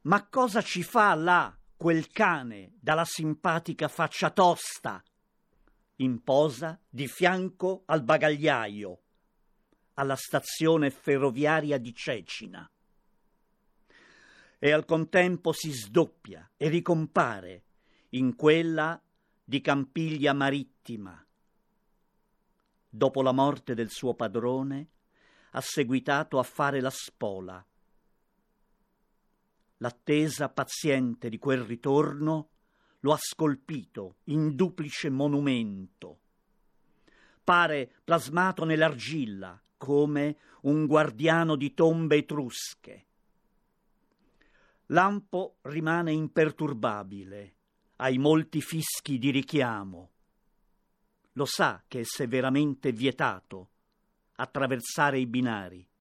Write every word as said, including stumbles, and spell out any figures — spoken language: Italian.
Ma cosa ci fa là quel cane dalla simpatica faccia tosta, in posa di fianco al bagagliaio, alla stazione ferroviaria di Cecina? E al contempo si sdoppia e ricompare in quella di Campiglia Marittima. Dopo la morte del suo padrone, ha seguitato a fare la spola. L'attesa paziente di quel ritorno lo ha scolpito in duplice monumento. Pare plasmato nell'argilla come un guardiano di tombe etrusche. Lampo rimane imperturbabile ai molti fischi di richiamo. Lo sa che è severamente vietato attraversare i binari.